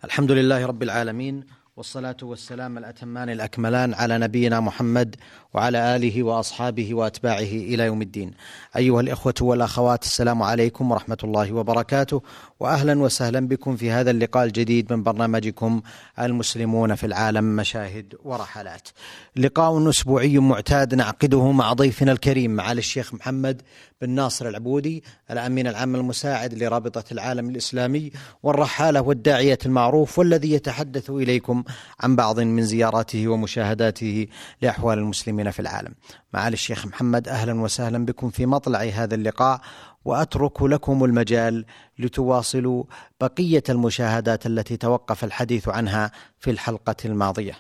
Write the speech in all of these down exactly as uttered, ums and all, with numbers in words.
الحمد لله رب العالمين، والصلاة والسلام الأتمان الأكملان على نبينا محمد وعلى آله وأصحابه وأتباعه إلى يوم الدين. أيها الإخوة والأخوات، السلام عليكم ورحمة الله وبركاته، وأهلا وسهلا بكم في هذا اللقاء الجديد من برنامجكم المسلمون في العالم، مشاهد ورحلات. لقاء أسبوعي معتاد نعقده مع ضيفنا الكريم معالي الشيخ محمد بن ناصر العبودي، الأمين العام المساعد لرابطة العالم الإسلامي والرحالة والداعية المعروف، والذي يتحدث إليكم عن بعض من زياراته ومشاهداته لأحوال المسلمين في العالم. معالي الشيخ محمد، أهلا وسهلا بكم في مطلع هذا اللقاء، وأترك لكم المجال لتواصلوا بقية المشاهدات التي توقف الحديث عنها في الحلقة الماضية.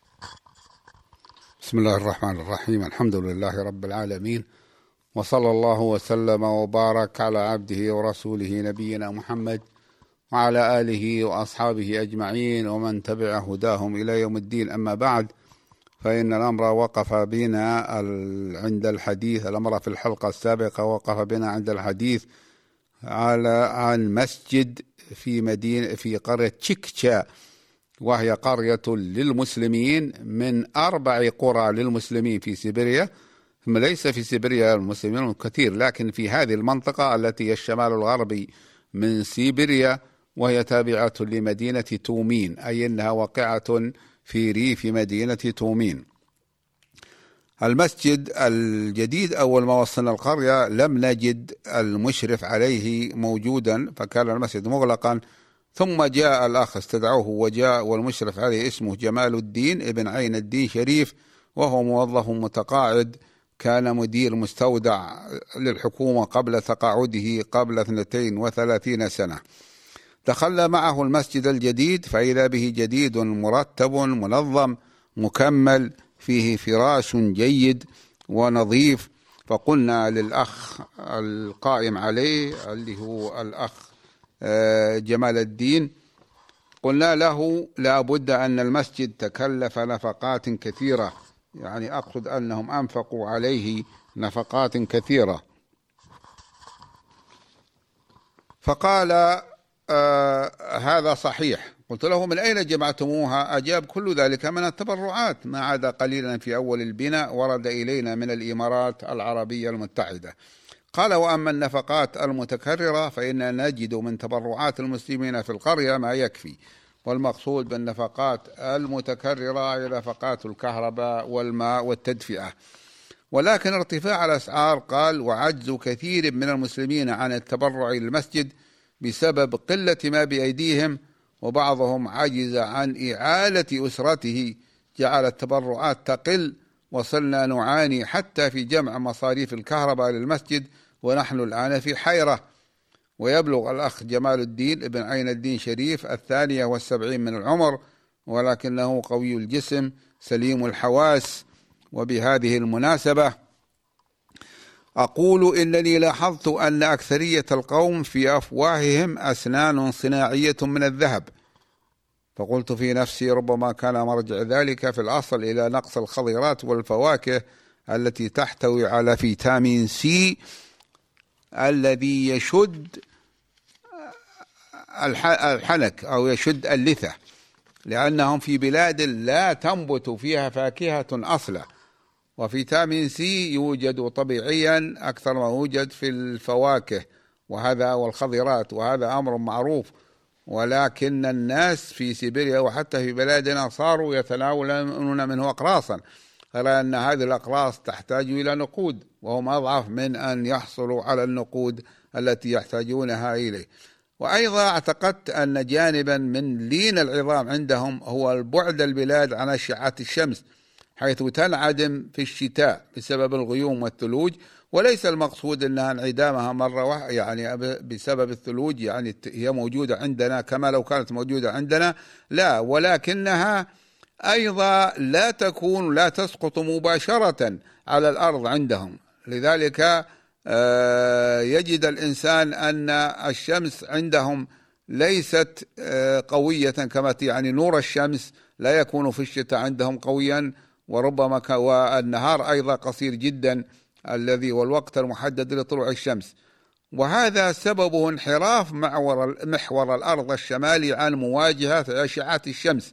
بسم الله الرحمن الرحيم، الحمد لله رب العالمين، وصلى الله وسلم وبارك على عبده ورسوله نبينا محمد وعلى آله وأصحابه أجمعين ومن تبع هداهم إلى يوم الدين. أما بعد، فإن الأمر وقف بنا عند الحديث الأمر في الحلقة السابقة وقف بنا عند الحديث على عن مسجد في مدينة في قرية تشيكتشا، وهي قرية للمسلمين من أربع قرى للمسلمين في سيبيريا، ثم ليس في سيبيريا المسلمين كثير، لكن في هذه المنطقة التي هي الشمال الغربي من سيبيريا، وهي تابعة لمدينة تومين، أي أنها واقعة في ريف مدينة تومين. المسجد الجديد أول ما وصلنا القرية لم نجد المشرف عليه موجودا، فكان المسجد مغلقا، ثم جاء الأخ استدعوه وجاء، والمشرف عليه اسمه جمال الدين ابن عين الدين شريف، وهو موظف متقاعد، كان مدير مستودع للحكومة قبل تقاعده قبل اثنتين وثلاثين سنة. دخلنا معه المسجد الجديد فإذا به جديد مرتب منظم مكمل، فيه فراش جيد ونظيف. فقلنا للأخ القائم عليه اللي هو الأخ جمال الدين، قلنا له لا بد أن المسجد تكلف نفقات كثيرة، يعني أقصد أنهم أنفقوا عليه نفقات كثيرة. فقال آه هذا صحيح. قلت له من أين جمعتموها؟ أجاب كل ذلك من التبرعات، ما عدا قليلا في أول البناء ورد إلينا من الإمارات العربية المتحدة. قال وأما النفقات المتكررة فإننا نجد من تبرعات المسلمين في القرية ما يكفي، والمقصود بالنفقات المتكررة هي نفقات الكهرباء والماء والتدفئة. ولكن ارتفاع الأسعار قال وعجز كثير من المسلمين عن التبرع للمسجد بسبب قلة ما بأيديهم، وبعضهم عجز عن إعالة أسرته، جعل التبرعات تقل، وصلنا نعاني حتى في جمع مصاريف الكهرباء للمسجد، ونحن الآن في حيرة. ويبلغ الأخ جمال الدين ابن عين الدين شريف الثانية والسبعين من العمر، ولكنه قوي الجسم سليم الحواس. وبهذه المناسبة أقول إنني لاحظت أن أكثرية القوم في أفواههم أسنان صناعية من الذهب، فقلت في نفسي ربما كان مرجع ذلك في الأصل إلى نقص الخضرات والفواكه التي تحتوي على فيتامين سي الذي يشد الحنك أو يشد اللثة، لأنهم في بلاد لا تنبت فيها فاكهة أصلا، وفيتامين سي يوجد طبيعيا أكثر ما يوجد في الفواكه وهذا والخضرات، وهذا أمر معروف. ولكن الناس في سيبيريا وحتى في بلادنا صاروا يتناولون منه أقراصا، غير أن هذه الأقراص تحتاج إلى نقود، وهم أضعف من أن يحصلوا على النقود التي يحتاجونها إليه. وأيضا اعتقدت أن جانبا من لين العظام عندهم هو البعد البلاد عن أشعة الشمس، حيث تنعدم في الشتاء بسبب الغيوم والثلوج، وليس المقصود أنها انعدامها مرة واحدة يعني بسبب الثلوج، يعني هي موجودة عندنا كما لو كانت موجودة عندنا، لا، ولكنها أيضا لا تكون لا تسقط مباشرة على الأرض عندهم. لذلك يجد الإنسان أن الشمس عندهم ليست قوية كما يعني نور الشمس لا يكون في الشتاء عندهم قويا، وربما والنهار أيضا قصير جدا الذي والوقت المحدد لطلوع الشمس. وهذا سببه انحراف محور, محور الأرض الشمالي عن مواجهة أشعة الشمس،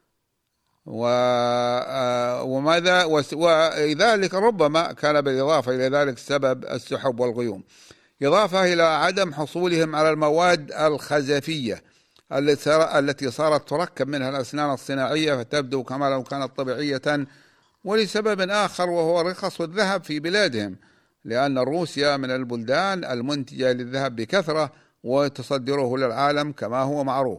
وماذا ولذلك ربما كان بالإضافة إلى ذلك سبب السحب والغيوم، إضافة إلى عدم حصولهم على المواد الخزفية التي صارت تركب منها الأسنان الصناعية فتبدو كما لو كانت طبيعية، ولسبب آخر وهو رخص الذهب في بلادهم، لأن روسيا من البلدان المنتجة للذهب بكثرة وتصدره للعالم كما هو معروف.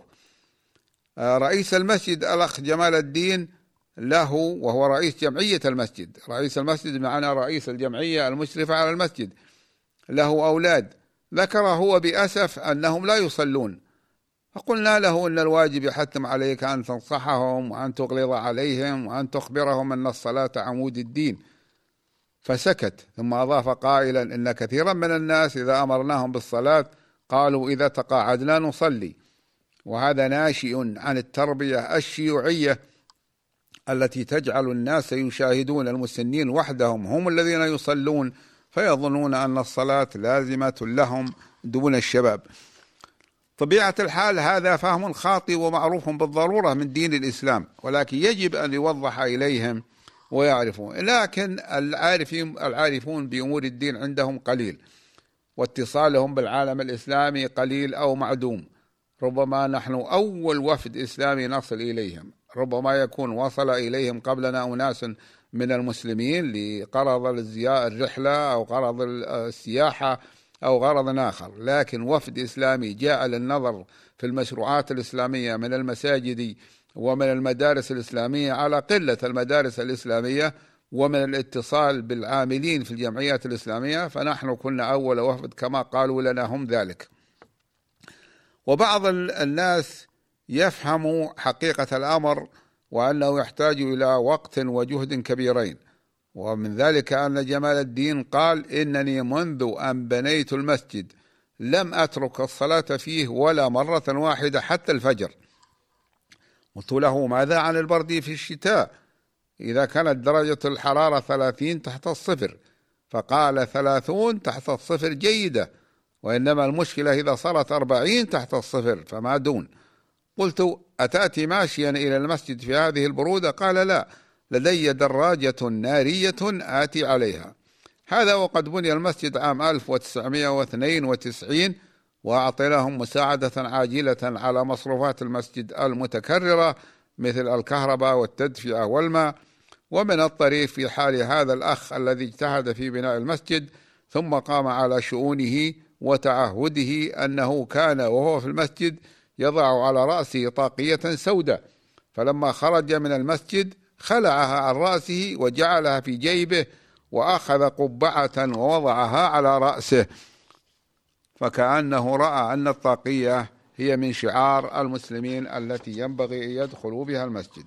رئيس المسجد الأخ جمال الدين له، وهو رئيس جمعية المسجد، رئيس المسجد معنا رئيس الجمعية المشرفة على المسجد، له أولاد، ذكر هو بأسف أنهم لا يصلون، فقلنا له أن الواجب يحتم عليك أن تنصحهم وأن تغلظ عليهم وأن تخبرهم أن الصلاة عمود الدين، فسكت، ثم أضاف قائلا إن كثيرا من الناس إذا أمرناهم بالصلاة قالوا إذا تقاعدنا نصلي، وهذا ناشئ عن التربية الشيوعية التي تجعل الناس يشاهدون المسنين وحدهم هم الذين يصلون، فيظنون أن الصلاة لازمة لهم دون الشباب. طبيعة الحال هذا فهم خاطئ ومعروف بالضرورة من دين الإسلام، ولكن يجب أن يوضح إليهم ويعرفون، لكن العارفين العارفون بأمور الدين عندهم قليل، واتصالهم بالعالم الإسلامي قليل أو معدوم. ربما نحن أول وفد إسلامي نصل إليهم، ربما يكون وصل إليهم قبلنا أناس من المسلمين لغرض الرحلة أو غرض السياحة أو غرض آخر، لكن وفد إسلامي جاء للنظر في المشروعات الإسلامية من المساجد ومن المدارس الإسلامية على قلة المدارس الإسلامية ومن الاتصال بالعاملين في الجمعيات الإسلامية، فنحن كنا أول وفد كما قالوا لنا هم ذلك. وبعض الناس يفهم حقيقة الأمر وأنه يحتاج إلى وقت وجهد كبيرين، ومن ذلك أن جمال الدين قال إنني منذ أن بنيت المسجد لم أترك الصلاة فيه ولا مرة واحدة حتى الفجر. قلت له ماذا عن البرد في الشتاء إذا كانت درجة الحرارة ثلاثين تحت الصفر؟ فقال ثلاثون تحت الصفر جيدة، وإنما المشكلة إذا صارت أربعين تحت الصفر فما دون. قلت أتأتي ماشيا إلى المسجد في هذه البرودة؟ قال لا، لدي دراجة نارية آتي عليها. هذا وقد بني المسجد عام ألف وتسعمائة واثنين وتسعين، وأعطيناهم مساعدة عاجلة على مصروفات المسجد المتكررة مثل الكهرباء والتدفئة والماء. ومن الطريف في حال هذا الأخ الذي اجتهد في بناء المسجد ثم قام على شؤونه وتعهده أنه كان وهو في المسجد يضع على رأسه طاقية سوداء، فلما خرج من المسجد خلعها عن رأسه وجعلها في جيبه وأخذ قبعة ووضعها على رأسه، فكأنه رأى أن الطاقية هي من شعار المسلمين التي ينبغي أن يدخلوا بها المسجد.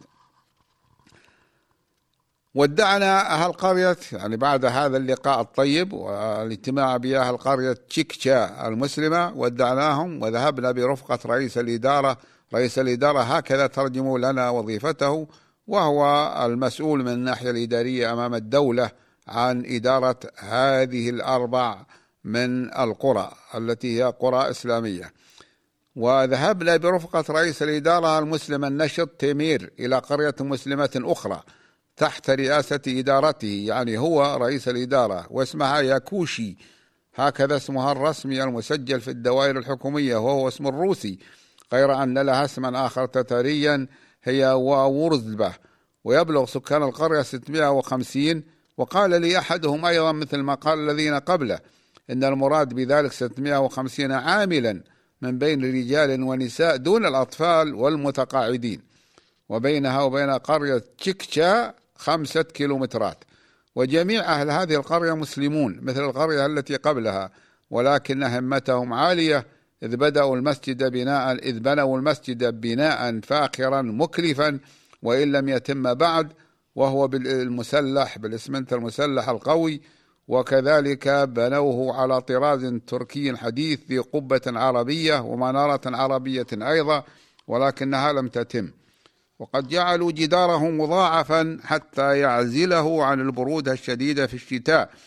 ودعنا أهل قرية، يعني بعد هذا اللقاء الطيب والاجتماع بأهل قرية تشيكشا المسلمة، ودعناهم وذهبنا برفقة رئيس الإدارة. رئيس الإدارة هكذا ترجموا لنا وظيفته، وهو المسؤول من الناحية الإدارية أمام الدولة عن إدارة هذه الأربع من القرى التي هي قرى إسلامية. وذهبنا برفقة رئيس الإدارة المسلم النشط تيمير إلى قرية مسلمة أخرى تحت رئاسة إدارته، يعني هو رئيس الإدارة، واسمها ياكوشي، هكذا اسمها الرسمي المسجل في الدوائر الحكومية، وهو اسم الروسي، غير أن لها اسما آخر تتاريا هي وورزبة، ويبلغ سكان القرية ستمائة وخمسين. وقال لي أحدهم أيضا مثل ما قال الذين قبله إن المراد بذلك ستمائة وخمسين عاملا من بين رجال ونساء دون الأطفال والمتقاعدين، وبينها وبين قرية تشيكشا خمسة كيلومترات، وجميع أهل هذه القرية مسلمون مثل القرية التي قبلها، ولكن همتهم عالية إذ بدأوا المسجد بناء إذ بنوا المسجد بناء فاخرا مكلفا وإن لم يتم بعد، وهو بالمسلح بالإسمنت المسلح القوي، وكذلك بنوه على طراز تركي حديث ذي قبة عربية ومنارة عربية أيضا، ولكنها لم تتم. وقد جعلوا جداره مضاعفا حتى يعزله عن البرودة الشديدة في الشتاء،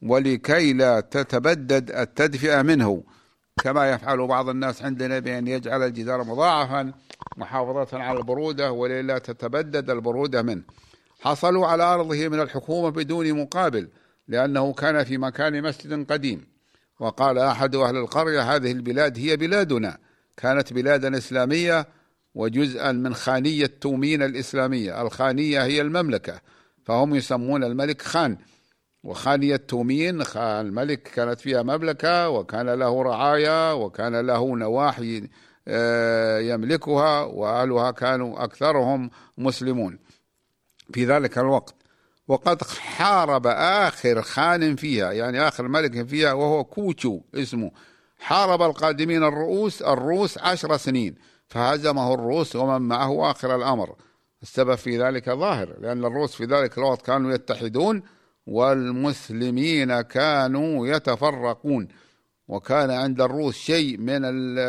ولكي لا تتبدد التدفئة منه كما يفعل بعض الناس عندنا بأن يجعل الجدار مضاعفا محافظة على البرودة ولئلا تتبدد البرودة منه. حصلوا على أرضه من الحكومة بدون مقابل لأنه كان في مكان مسجد قديم. وقال أحد أهل القرية: هذه البلاد هي بلادنا، كانت بلادا إسلامية وجزءا من خانية تومين الإسلامية. الخانية هي المملكة، فهم يسمون الملك خان، وخانية تومين الملك كانت فيها مملكة وكان له رعايا وكان له نواحي يملكها، وأهلها كانوا أكثرهم مسلمون في ذلك الوقت. وقد حارب آخر خان فيها، يعني آخر ملك فيها، وهو كوتشو اسمه، حارب القادمين الرؤوس الروس عشر سنين فهزمه الروس ومن معه آخر الأمر. السبب في ذلك ظاهر، لأن الروس في ذلك الوقت كانوا يتحدون والمسلمين كانوا يتفرقون، وكان عند الروس شيء من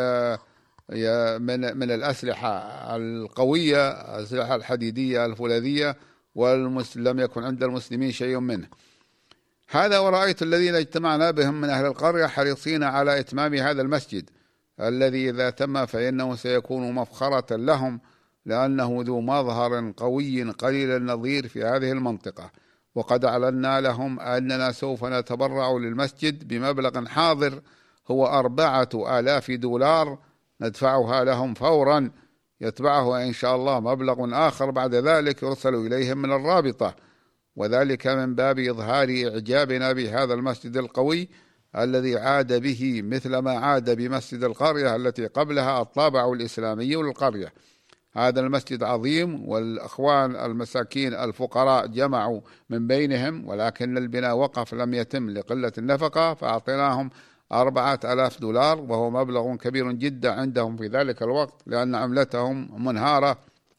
من من الأسلحة القوية، الأسلحة الحديدية الفولاذية، والمسلم لم يكن عند المسلمين شيء منه. هذا ورأيت الذين اجتمعنا بهم من أهل القرية حريصين على إتمام هذا المسجد الذي إذا تم فإنه سيكون مفخرة لهم، لأنه ذو مظهر قوي قليل النظير في هذه المنطقة. وقد أعلنا لهم أننا سوف نتبرع للمسجد بمبلغ حاضر هو أربعة آلاف دولار ندفعها لهم فورا، يتبعه إن شاء الله مبلغ آخر بعد ذلك يرسل إليهم من الرابطة، وذلك من باب إظهار إعجابنا بهذا المسجد القوي الذي عاد به مثل ما عاد بمسجد القرية التي قبلها الطابع الإسلامي للقرية. هذا المسجد عظيم، والأخوان المساكين الفقراء جمعوا من بينهم، ولكن البناء وقف لم يتم لقلة النفقة، فأعطيناهم أربعة آلاف دولار، وهو مبلغ كبير جدا عندهم في ذلك الوقت لأن عملتهم منهارة.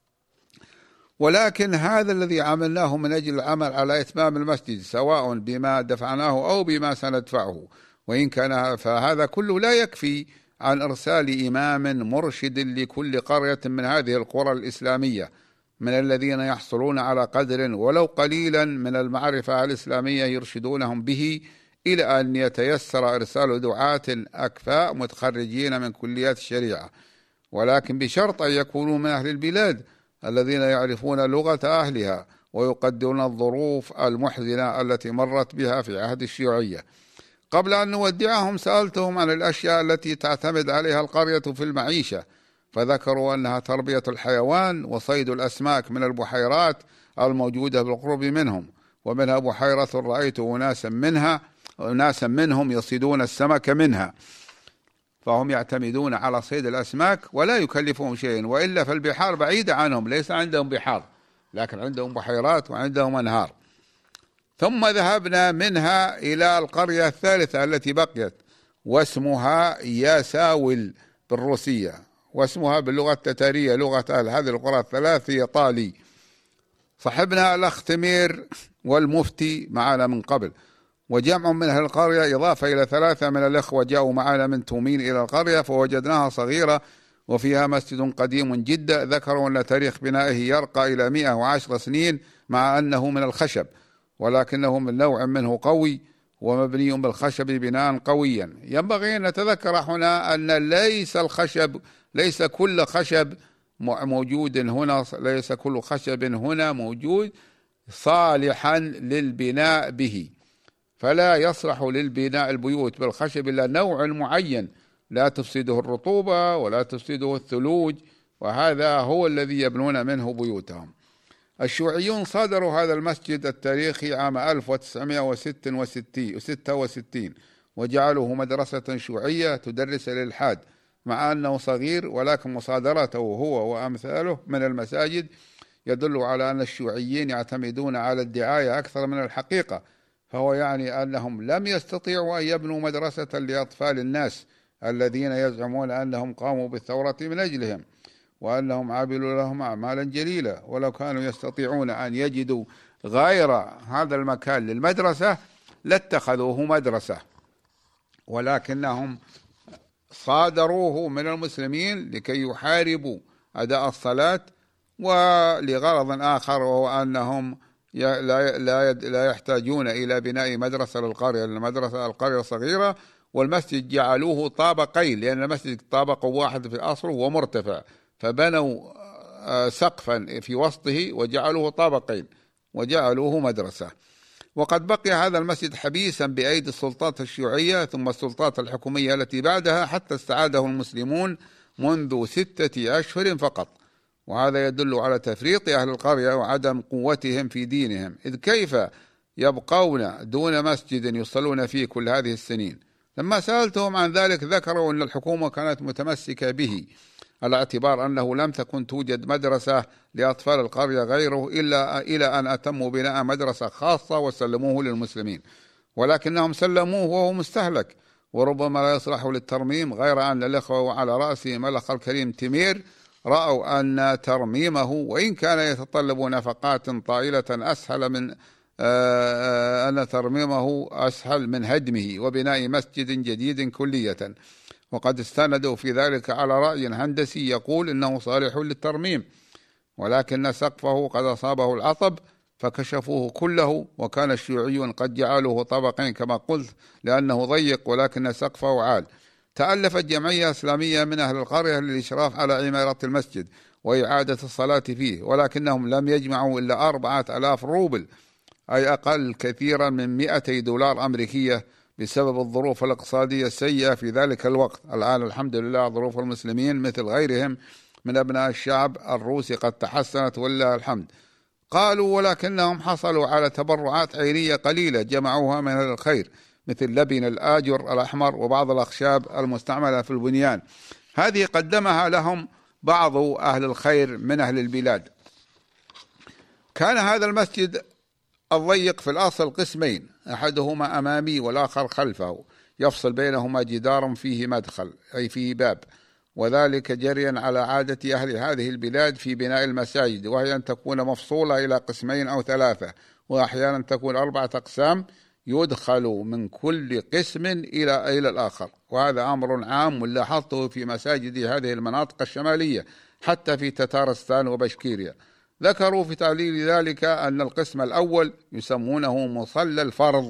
ولكن هذا الذي عملناه من أجل العمل على إتمام المسجد، سواء بما دفعناه أو بما سندفعه، وإن كان فهذا كله لا يكفي عن إرسال إمام مرشد لكل قرية من هذه القرى الإسلامية من الذين يحصلون على قدر ولو قليلا من المعرفة الإسلامية يرشدونهم به، إلى أن يتيسر إرسال دعاة أكفاء متخرجين من كليات الشريعة، ولكن بشرط أن يكونوا من أهل البلاد الذين يعرفون لغة أهلها ويقدرون الظروف المحزنة التي مرت بها في عهد الشيوعية. قبل أن نودعهم سألتهم عن الأشياء التي تعتمد عليها القرية في المعيشة، فذكروا أنها تربية الحيوان وصيد الأسماك من البحيرات الموجودة بالقرب منهم، ومنها بحيرة رأيت أناسا منها أناسا منهم يصيدون السمك منها، فهم يعتمدون على صيد الأسماك ولا يكلفهم شيء، وإلا فالبحار بعيدة عنهم، ليس عندهم بحار لكن عندهم بحيرات وعندهم أنهار. ثم ذهبنا منها إلى القرية الثالثة التي بقيت، واسمها ياساول بالروسية، واسمها باللغة التتارية لغة أهل هذه القرى الثلاث هي طالي. صحبنا الأخ تمير والمفتي معنا من قبل، وجمع من أهل القرية إضافة إلى ثلاثة من الأخوة جاءوا معنا من تومين إلى القرية، فوجدناها صغيرة وفيها مسجد قديم جدا. ذكروا أن تاريخ بنائه يرقى إلى مئة وعشر سنين، مع أنه من الخشب، ولكنه من نوع منه قوي ومبني بالخشب بناء قويا. ينبغي أن نتذكر هنا أن ليس الخشب ليس كل خشب موجود هنا ليس كل خشب هنا موجود صالحا للبناء به، فلا يصلح للبناء البيوت بالخشب إلا نوع معين لا تفسده الرطوبة ولا تفسده الثلوج، وهذا هو الذي يبنون منه بيوتهم. الشيوعيون صادروا هذا المسجد التاريخي عام ألف وتسعمئة وستة وستين وجعلوه مدرسة شيوعية تدرس الإلحاد، مع أنه صغير، ولكن مصادرته هو وأمثاله من المساجد يدل على أن الشيوعيين يعتمدون على الدعاية أكثر من الحقيقة، فهو يعني أنهم لم يستطيعوا أن يبنوا مدرسة لأطفال الناس الذين يزعمون أنهم قاموا بالثورة من أجلهم وأنهم عملوا لهم أعمالا جليلة، ولو كانوا يستطيعون أن يجدوا غير هذا المكان للمدرسة لاتخذوه مدرسة، ولكنهم صادروه من المسلمين لكي يحاربوا أداء الصلاة ولغرض آخر، وهو أنهم لا لا لا يحتاجون إلى بناء مدرسة للقرية، لأن المدرسة القرية صغيرة، والمسجد جعلوه طابقين، لأن المسجد طابق واحد في أصله ومرتفع، فبنوا سقفا في وسطه وجعلوه طابقين وجعلوه مدرسة. وقد بقي هذا المسجد حبيسا بأيدي السلطات الشيوعية ثم السلطات الحكومية التي بعدها، حتى استعاده المسلمون منذ ستة أشهر فقط. وهذا يدل على تفريط أهل القرية وعدم قوتهم في دينهم، إذ كيف يبقون دون مسجد يصلون فيه كل هذه السنين؟ لما سألتهم عن ذلك ذكروا أن الحكومة كانت متمسكة به، على اعتبار أنه لم تكن توجد مدرسة لأطفال القرية غيره إلا إلى أن أتموا بناء مدرسة خاصة وسلموه للمسلمين، ولكنهم سلموه وهو مستهلك وربما لا يصلح للترميم، غير أن الإخوة وعلى رأسهم الأخ الكريم تمير رأوا أن ترميمه وإن كان يتطلب نفقات طائلة أسهل من أن ترميمه أسهل من هدمه وبناء مسجد جديد كلية، وقد استندوا في ذلك على رأي هندسي يقول إنه صالح للترميم، ولكن سقفه قد أصابه العطب فكشفوه كله، وكان الشيوعيون قد جعلوه طبقين كما قلت لأنه ضيق ولكن سقفه عال. تألفت جمعية إسلامية من أهل القرية للإشراف على عمارة المسجد وإعادة الصلاة فيه، ولكنهم لم يجمعوا إلا أربعة آلاف روبل، أي أقل كثيرا من مئتي دولار أمريكية، بسبب الظروف الاقتصادية السيئة في ذلك الوقت. الآن الحمد لله ظروف المسلمين مثل غيرهم من أبناء الشعب الروسي قد تحسنت ولله الحمد. قالوا ولكنهم حصلوا على تبرعات عينية قليلة جمعوها من أهل الخير، مثل لبن الآجر الأحمر وبعض الأخشاب المستعملة في البنيان، هذه قدمها لهم بعض أهل الخير من أهل البلاد. كان هذا المسجد الضيق في الأصل قسمين، أحدهما أمامي والآخر خلفه، يفصل بينهما جدار فيه مدخل أي فيه باب، وذلك جريا على عادة أهل هذه البلاد في بناء المساجد، وهي أن تكون مفصولة إلى قسمين أو ثلاثة، وأحيانا تكون أربعة أقسام يدخل من كل قسم إلى إلى الآخر. وهذا أمر عام لاحظته في مساجد هذه المناطق الشمالية حتى في تتارستان وبشكيريا. ذكروا في تعليل ذلك أن القسم الأول يسمونه مصلى الفرض،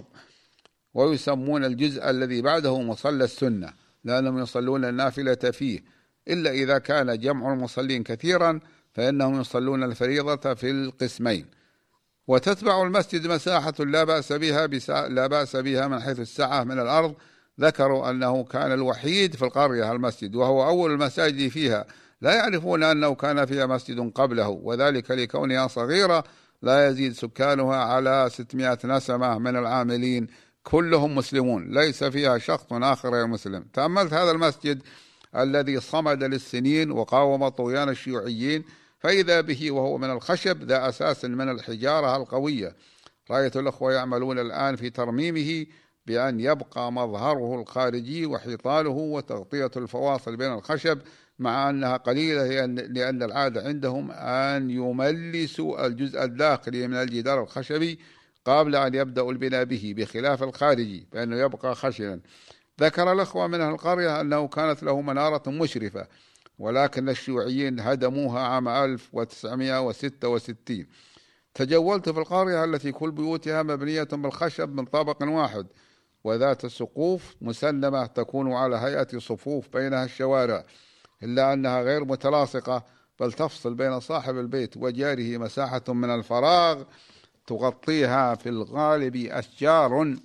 ويسمون الجزء الذي بعده مصلى السنة، لأنهم يصلون النافلة فيه، إلا إذا كان جمع المصلين كثيرا فإنهم يصلون الفريضة في القسمين. وتتبع المسجد مساحة لا بأس بها لا بأس بها من حيث السعة من الأرض. ذكروا أنه كان الوحيد في القرية المسجد، وهو أول المساجد فيها، لا يعرفون أنه كان فيها مسجد قبله، وذلك لكونها صغيرة لا يزيد سكانها على ستمائة نسمة من العاملين كلهم مسلمون، ليس فيها شخص آخر غير مسلم. تأملت هذا المسجد الذي صمد للسنين وقاوم طغيان الشيوعيين، فإذا به وهو من الخشب ذا أساس من الحجارة القوية. رأيت الأخوة يعملون الآن في ترميمه بأن يبقى مظهره الخارجي وحيطانه وتغطية الفواصل بين الخشب، مع أنها قليلة لأن العادة عندهم أن يملسوا الجزء الداخلي من الجدار الخشبي قبل أن يبدأوا البناء به، بخلاف الخارجي فإنه يبقى خشنا. ذكر الأخوة من القرية أنه كانت له منارة مشرفة، ولكن الشيوعيين هدموها عام ألف وتسعمائة وستة وستين. تجولت في القرية التي كل بيوتها مبنية بالخشب من طابق واحد، وذات السقوف مسلمة تكون على هيئة صفوف بينها الشوارع، إلا أنها غير متلاصقة، بل تفصل بين صاحب البيت وجاره مساحة من الفراغ تغطيها في الغالب أشجار.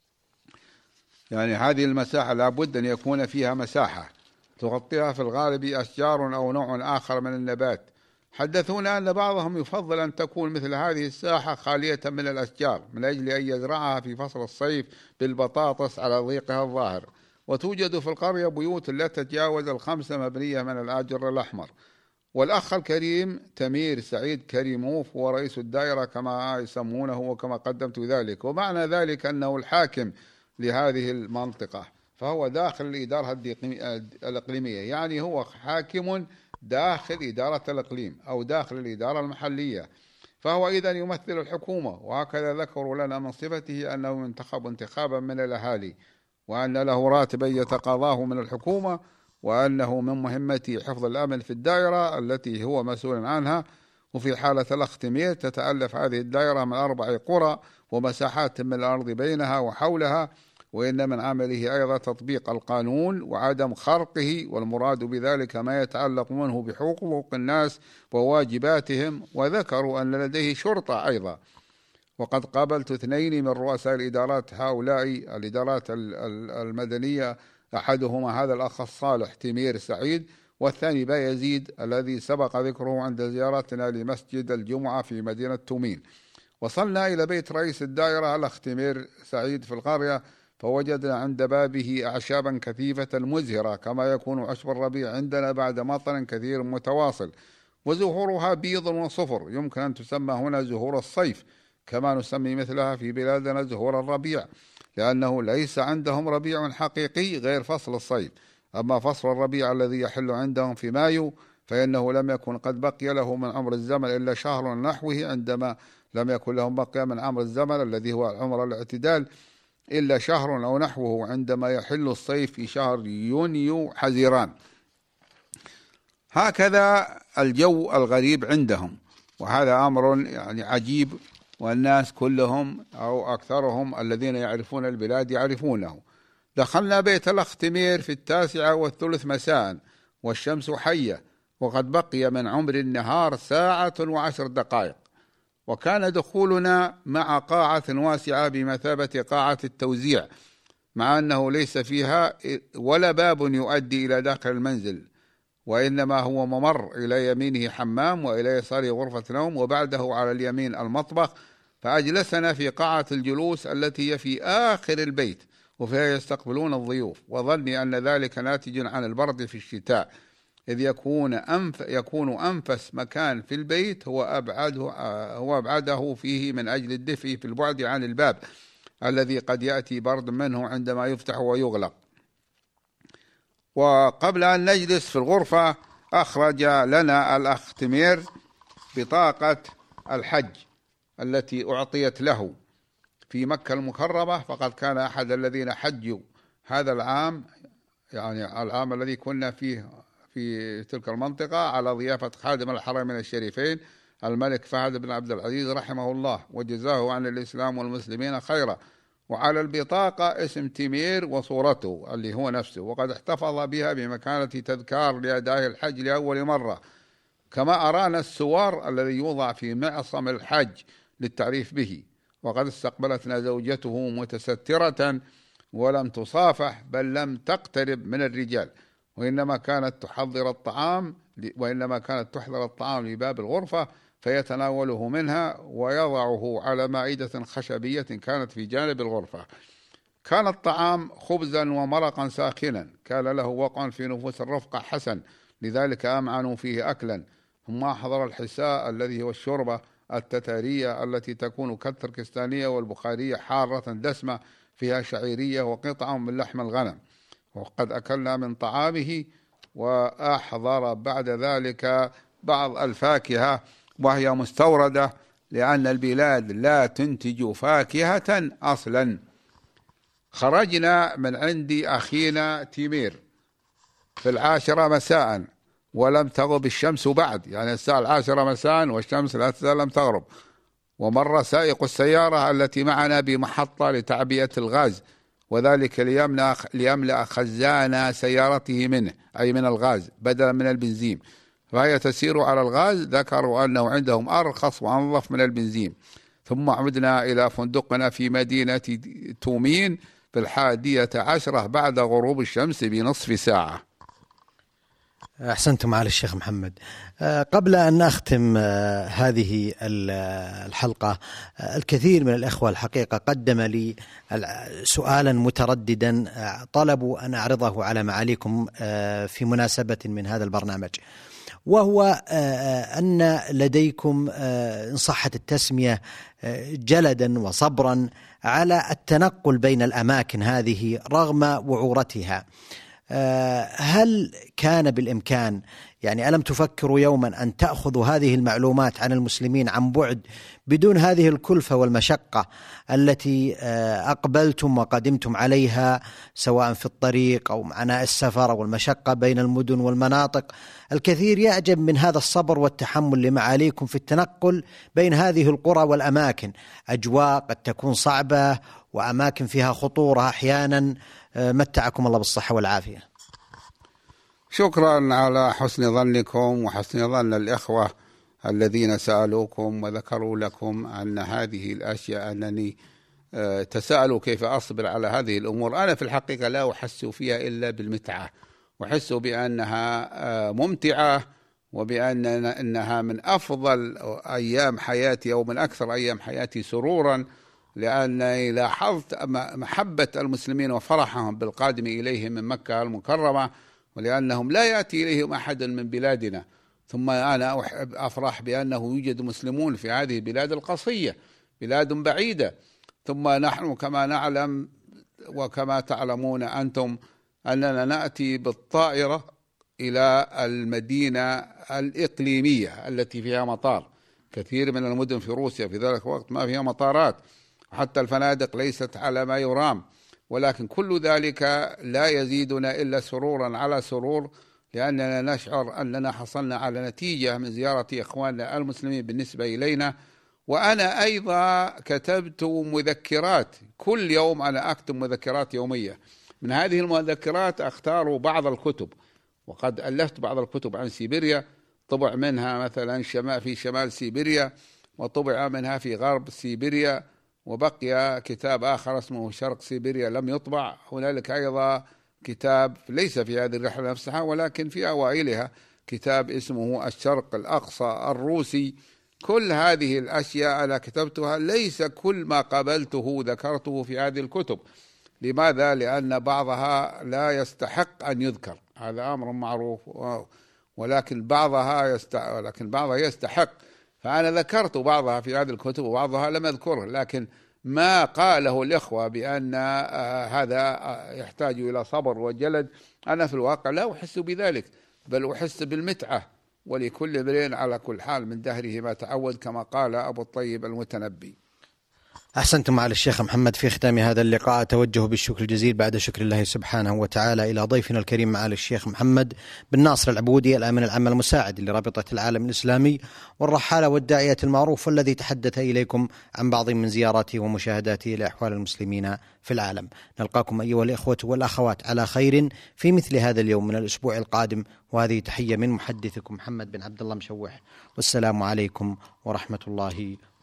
يعني هذه المساحة لابد أن يكون فيها مساحة تغطيها في الغالب أشجار أو نوع آخر من النبات. حدثونا أن بعضهم يفضل أن تكون مثل هذه الساحة خالية من الأشجار من أجل أن يزرعها في فصل الصيف بالبطاطس على ضيقها الظاهر. وتوجد في القرية بيوت لا تتجاوز الخمسة مبنية من الآجر الأحمر. والأخ الكريم تمير سعيد كريموف هو رئيس الدائرة كما يسمونه وكما قدمت ذلك، ومعنى ذلك أنه الحاكم لهذه المنطقة، فهو داخل الإدارة الإقليمية، يعني هو حاكم داخل إدارة الإقليم أو داخل الإدارة المحلية، فهو إذن يمثل الحكومة. وهكذا ذكروا لنا من صفته أنه ينتخب انتخابا من الأهالي، وأن له راتبا يتقاضاه من الحكومة، وأنه من مهمته حفظ الأمن في الدائرة التي هو مسؤول عنها، وفي حالة الأختمير تتألف هذه الدائرة من أربع قرى ومساحات من الأرض بينها وحولها، وإن من عمله أيضا تطبيق القانون وعدم خرقه، والمراد بذلك ما يتعلق منه بحقوق الناس وواجباتهم. وذكروا أن لديه شرطة أيضا. وقد قابلت اثنين من رؤساء الإدارات هؤلاء الإدارات المدنية، أحدهما هذا الأخ الصالح تيمير سعيد، والثاني بايزيد الذي سبق ذكره عند زيارتنا لمسجد الجمعة في مدينة تومين. وصلنا إلى بيت رئيس الدائرة الأخ تيمير سعيد في القرية، فوجدنا عند بابه أعشابا كثيفة مزهرة كما يكون عشب الربيع عندنا بعد مطر كثير متواصل، وزهورها بيض وصفر، يمكن أن تسمى هنا زهور الصيف كما نسمي مثلها في بلادنا زهور الربيع، لأنه ليس عندهم ربيع حقيقي غير فصل الصيف. أما فصل الربيع الذي يحل عندهم في مايو فإنه لم يكن قد بقي له من عمر الزمن إلا شهر نحوه، عندما لم يكن لهم بقي من عمر الزمن الذي هو عمر الاعتدال إلا شهر أو نحوه، عندما يحل الصيف في شهر يونيو حزيران. هكذا الجو الغريب عندهم، وهذا أمر يعني عجيب، والناس كلهم أو أكثرهم الذين يعرفون البلاد يعرفونه. دخلنا بيت الأخ تيمير في التاسعة والثلث مساء والشمس حية، وقد بقي من عمر النهار ساعة وعشر دقائق، وكان دخولنا مع قاعة واسعة بمثابة قاعة التوزيع، مع أنه ليس فيها ولا باب يؤدي إلى داخل المنزل، وإنما هو ممر إلى يمينه حمام وإلى يساره غرفة نوم، وبعده على اليمين المطبخ. فأجلسنا في قاعة الجلوس التي هي في آخر البيت، وفيها يستقبلون الضيوف، وظني أن ذلك ناتج عن البرد في الشتاء، إذ يكون أنف يكون أنفس مكان في البيت هو أبعده هو أبعده فيه من أجل الدفء في البعد عن الباب الذي قد يأتي برد منه عندما يفتح ويغلق. وقبل أن نجلس في الغرفة أخرج لنا الأخ تيمير بطاقة الحج التي أعطيت له في مكة المكرمة، فقد كان أحد الذين حجوا هذا العام، يعني العام الذي كنا فيه في تلك المنطقة، على ضيافة خادم الحرمين الشريفين الملك فهد بن عبد العزيز رحمه الله وجزاه عن الإسلام والمسلمين خيرا. وعلى البطاقة اسم تيمير وصورته اللي هو نفسه، وقد احتفظ بها بمكانة تذكار لأداء الحج لأول مرة، كما أرانا السوار الذي يوضع في معصم الحج للتعريف به. وقد استقبلتنا زوجته متسترة ولم تصافح، بل لم تقترب من الرجال، وإنما كانت تحضر الطعام وإنما كانت تحضر الطعام لباب الغرفة فيتناوله منها ويضعه على مائدة خشبية كانت في جانب الغرفة. كان الطعام خبزا ومرقا ساخنا، كان له وقع في نفوس الرفقة حسن، لذلك أمعنوا فيه أكلا. ثم أحضر الحساء الذي هو الشوربة التتارية التي تكون كالتركستانية والبخارية حارة دسمة فيها شعيرية وقطع من لحم الغنم، وقد أكلنا من طعامه. وأحضر بعد ذلك بعض الفاكهة وهي مستوردة، لأن البلاد لا تنتج فاكهة أصلا. خرجنا من عند أخينا تيمير في العاشرة مساء ولم تغرب الشمس بعد، يعني الساعة العاشرة مساء والشمس لا تزال لم تغرب. ومر سائق السيارة التي معنا بمحطة لتعبئة الغاز، وذلك ليملأ, ليملأ خزان سيارته منه، أي من الغاز بدلا من البنزين، فهي تسير على الغاز. ذكروا أنه عندهم أرخص وأنظف من البنزين. ثم عدنا إلى فندقنا في مدينة تومين في الحادية عشرة بعد غروب الشمس بنصف ساعة. أحسنتم على الشيخ محمد. قبل أن أختم هذه الحلقة، الكثير من الإخوة الحقيقة قدم لي سؤالا مترددا طلبوا أن أعرضه على معاليكم في مناسبة من هذا البرنامج، وهو أن لديكم إن صحت التسمية جلدا وصبرا على التنقل بين الأماكن هذه رغم وعورتها. هل كان بالإمكان يعني ألم تفكروا يوما أن تأخذوا هذه المعلومات عن المسلمين عن بعد بدون هذه الكلفة والمشقة التي أقبلتم وقدمتم عليها، سواء في الطريق أو عناء السفر أو المشقة بين المدن والمناطق؟ الكثير يعجب من هذا الصبر والتحمل لمعاليكم في التنقل بين هذه القرى والأماكن، أجواء قد تكون صعبة وأماكن فيها خطورة أحيانا. متعكم الله بالصحة والعافية. شكرا على حسن ظنكم وحسن ظن الإخوة الذين سألوكم وذكروا لكم عن هذه الأشياء، أنني تساءلوا كيف أصبر على هذه الأمور. أنا في الحقيقة لا أحس فيها إلا بالمتعة، وأحس بأنها ممتعة وبأن أنها من أفضل أيام حياتي أو من أكثر أيام حياتي سرورا، لأنني لاحظت محبة المسلمين وفرحهم بالقادم إليهم من مكة المكرمة، ولأنهم لا يأتي إليهم أحد من بلادنا. ثم أنا أفرح بأنه يوجد مسلمون في هذه البلاد القصية، بلاد بعيدة. ثم نحن كما نعلم وكما تعلمون أنتم أننا نأتي بالطائرة إلى المدينة الإقليمية التي فيها مطار. كثير من المدن في روسيا في ذلك الوقت ما فيها مطارات، حتى الفنادق ليست على ما يرام، ولكن كل ذلك لا يزيدنا إلا سرورا على سرور، لأننا نشعر أننا حصلنا على نتيجة من زيارة إخواننا المسلمين بالنسبة إلينا. وأنا أيضا كتبت مذكرات، كل يوم أنا أكتب مذكرات يومية. من هذه المذكرات أختار بعض الكتب، وقد ألفت بعض الكتب عن سيبيريا، طبع منها مثلا شمال في شمال سيبيريا، وطبع منها في غرب سيبيريا، وبقي كتاب آخر اسمه شرق سيبيريا لم يطبع. هنالك أيضا كتاب ليس في هذه الرحلة نفسها ولكن في أوائلها كتاب اسمه الشرق الأقصى الروسي. كل هذه الأشياء أنا كتبتها، ليس كل ما قابلته ذكرته في هذه الكتب. لماذا؟ لأن بعضها لا يستحق أن يذكر، هذا أمر معروف، ولكن بعضها يستحق ولكن بعضها يستحق. فأنا ذكرت بعضها في هذه الكتب وبعضها لم أذكره. لكن ما قاله الإخوة بأن هذا يحتاج إلى صبر وجلد، أنا في الواقع لا أحس بذلك، بل أحس بالمتعة. ولكل امرئ على كل حال من دهره ما تعود، كما قال أبو الطيب المتنبي. أحسنتم معالي الشيخ محمد. في ختام هذا اللقاء أتوجه بالشكر الجزيل بعد شكر الله سبحانه وتعالى إلى ضيفنا الكريم معالي الشيخ محمد بن ناصر العبودي، الأمين العام المساعد لرابطة العالم الإسلامي والرحالة والداعية المعروف، والذي تحدث إليكم عن بعض من زياراته ومشاهداته لأحوال المسلمين في العالم. نلقاكم أيها الإخوة والأخوات على خير في مثل هذا اليوم من الأسبوع القادم، وهذه تحية من محدثكم محمد بن عبد الله مشوح، والسلام عليكم ورحمة الله